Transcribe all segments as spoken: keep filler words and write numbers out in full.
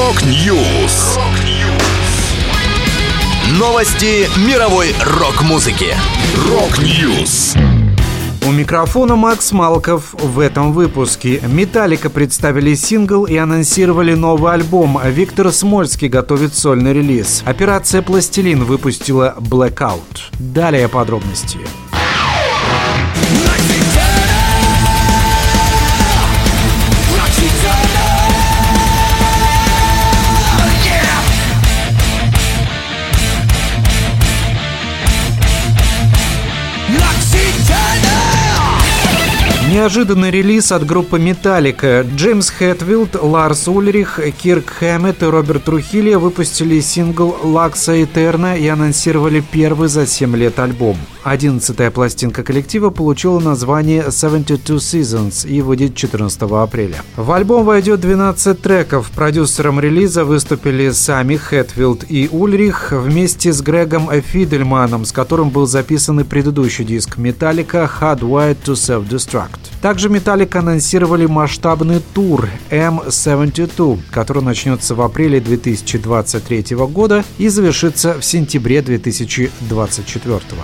Рок-Ньюс. Новости мировой рок-музыки. Рок-Ньюс. У микрофона Макс Малков. В этом выпуске Металлика представили сингл и анонсировали новый альбом. Виктор Смольский готовит сольный релиз. Операция «Пластилин» выпустила Blackout. Далее подробности. Неожиданный релиз от группы Металлика. Джеймс Хэтфилд, Ларс Ульрих, Кирк Хэммет и Роберт Трухильо выпустили сингл «Лакса Этерна» и анонсировали первый за семь лет альбом. Одиннадцатая пластинка коллектива получила название «семьдесят два Seasons» и выйдет четырнадцатого апреля. В альбом войдет двенадцать треков. Продюсером релиза выступили сами Хэтфилд и Ульрих вместе с Грегом Фидельманом, с которым был записан и предыдущий диск Металлика «Hardwired to Self-Destruct». Также Металлика анонсировали масштабный тур эм семьдесят два, который начнется в апреле две тысячи двадцать третьего года и завершится в сентябре две тысячи двадцать четвёртого.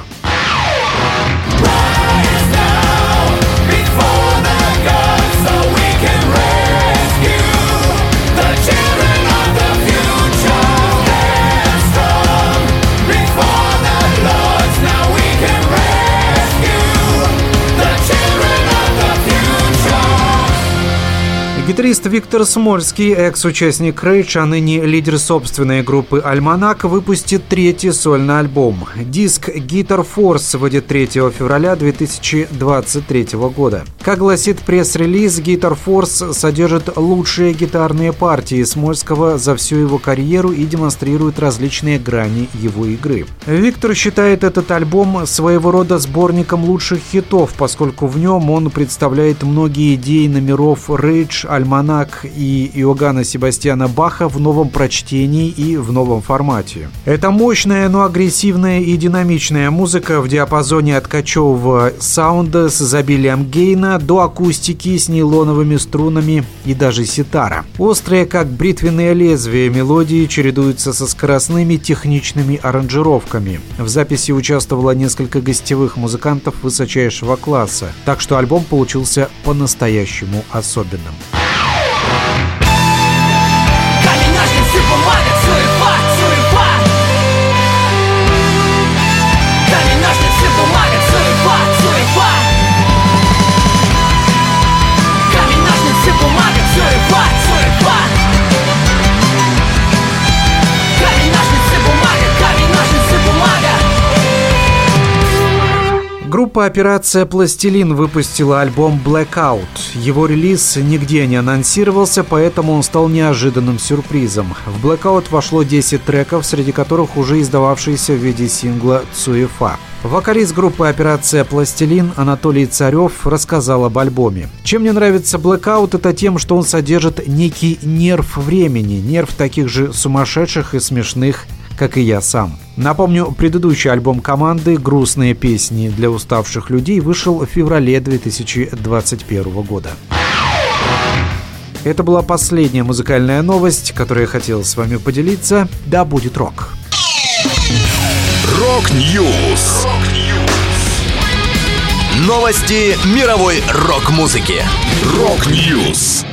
Гитарист Виктор Смольский, экс-участник Rage, а ныне лидер собственной группы «Альманак», выпустит третий сольный альбом. Диск «Guitar Force» выйдет третьего февраля две тысячи двадцать третьего года. Как гласит пресс-релиз, «Guitar Force» содержит лучшие гитарные партии Смольского за всю его карьеру и демонстрирует различные грани его игры. Виктор считает этот альбом своего рода сборником лучших хитов, поскольку в нем он представляет многие идеи номеров Rage, «Альманак» и Иоганна Себастьяна Баха в новом прочтении и в новом формате. Это мощная, но агрессивная и динамичная музыка в диапазоне от кочевого саунда с изобилием гейна до акустики с нейлоновыми струнами и даже ситара. Острые, как бритвенные лезвия, мелодии чередуются со скоростными техничными аранжировками. В записи участвовало несколько гостевых музыкантов высочайшего класса, так что альбом получился по-настоящему особенным. Группа «Операция Пластилин» выпустила альбом Blackout. Его релиз нигде не анонсировался, поэтому он стал неожиданным сюрпризом. В Blackout вошло десять треков, среди которых уже издававшиеся в виде сингла «Цуефа». Вокалист группы «Операция Пластилин» Анатолий Царев рассказал об альбоме. Чем мне нравится Blackout, это тем, что он содержит некий нерв времени, нерв таких же сумасшедших и смешных, как и я сам. Напомню, предыдущий альбом команды «Грустные песни для уставших людей» вышел в феврале две тысячи двадцать первого года. Это была последняя музыкальная новость, которую я хотел с вами поделиться. Да будет рок! Рок-Ньюс. Новости мировой рок-музыки. Рок-Ньюс.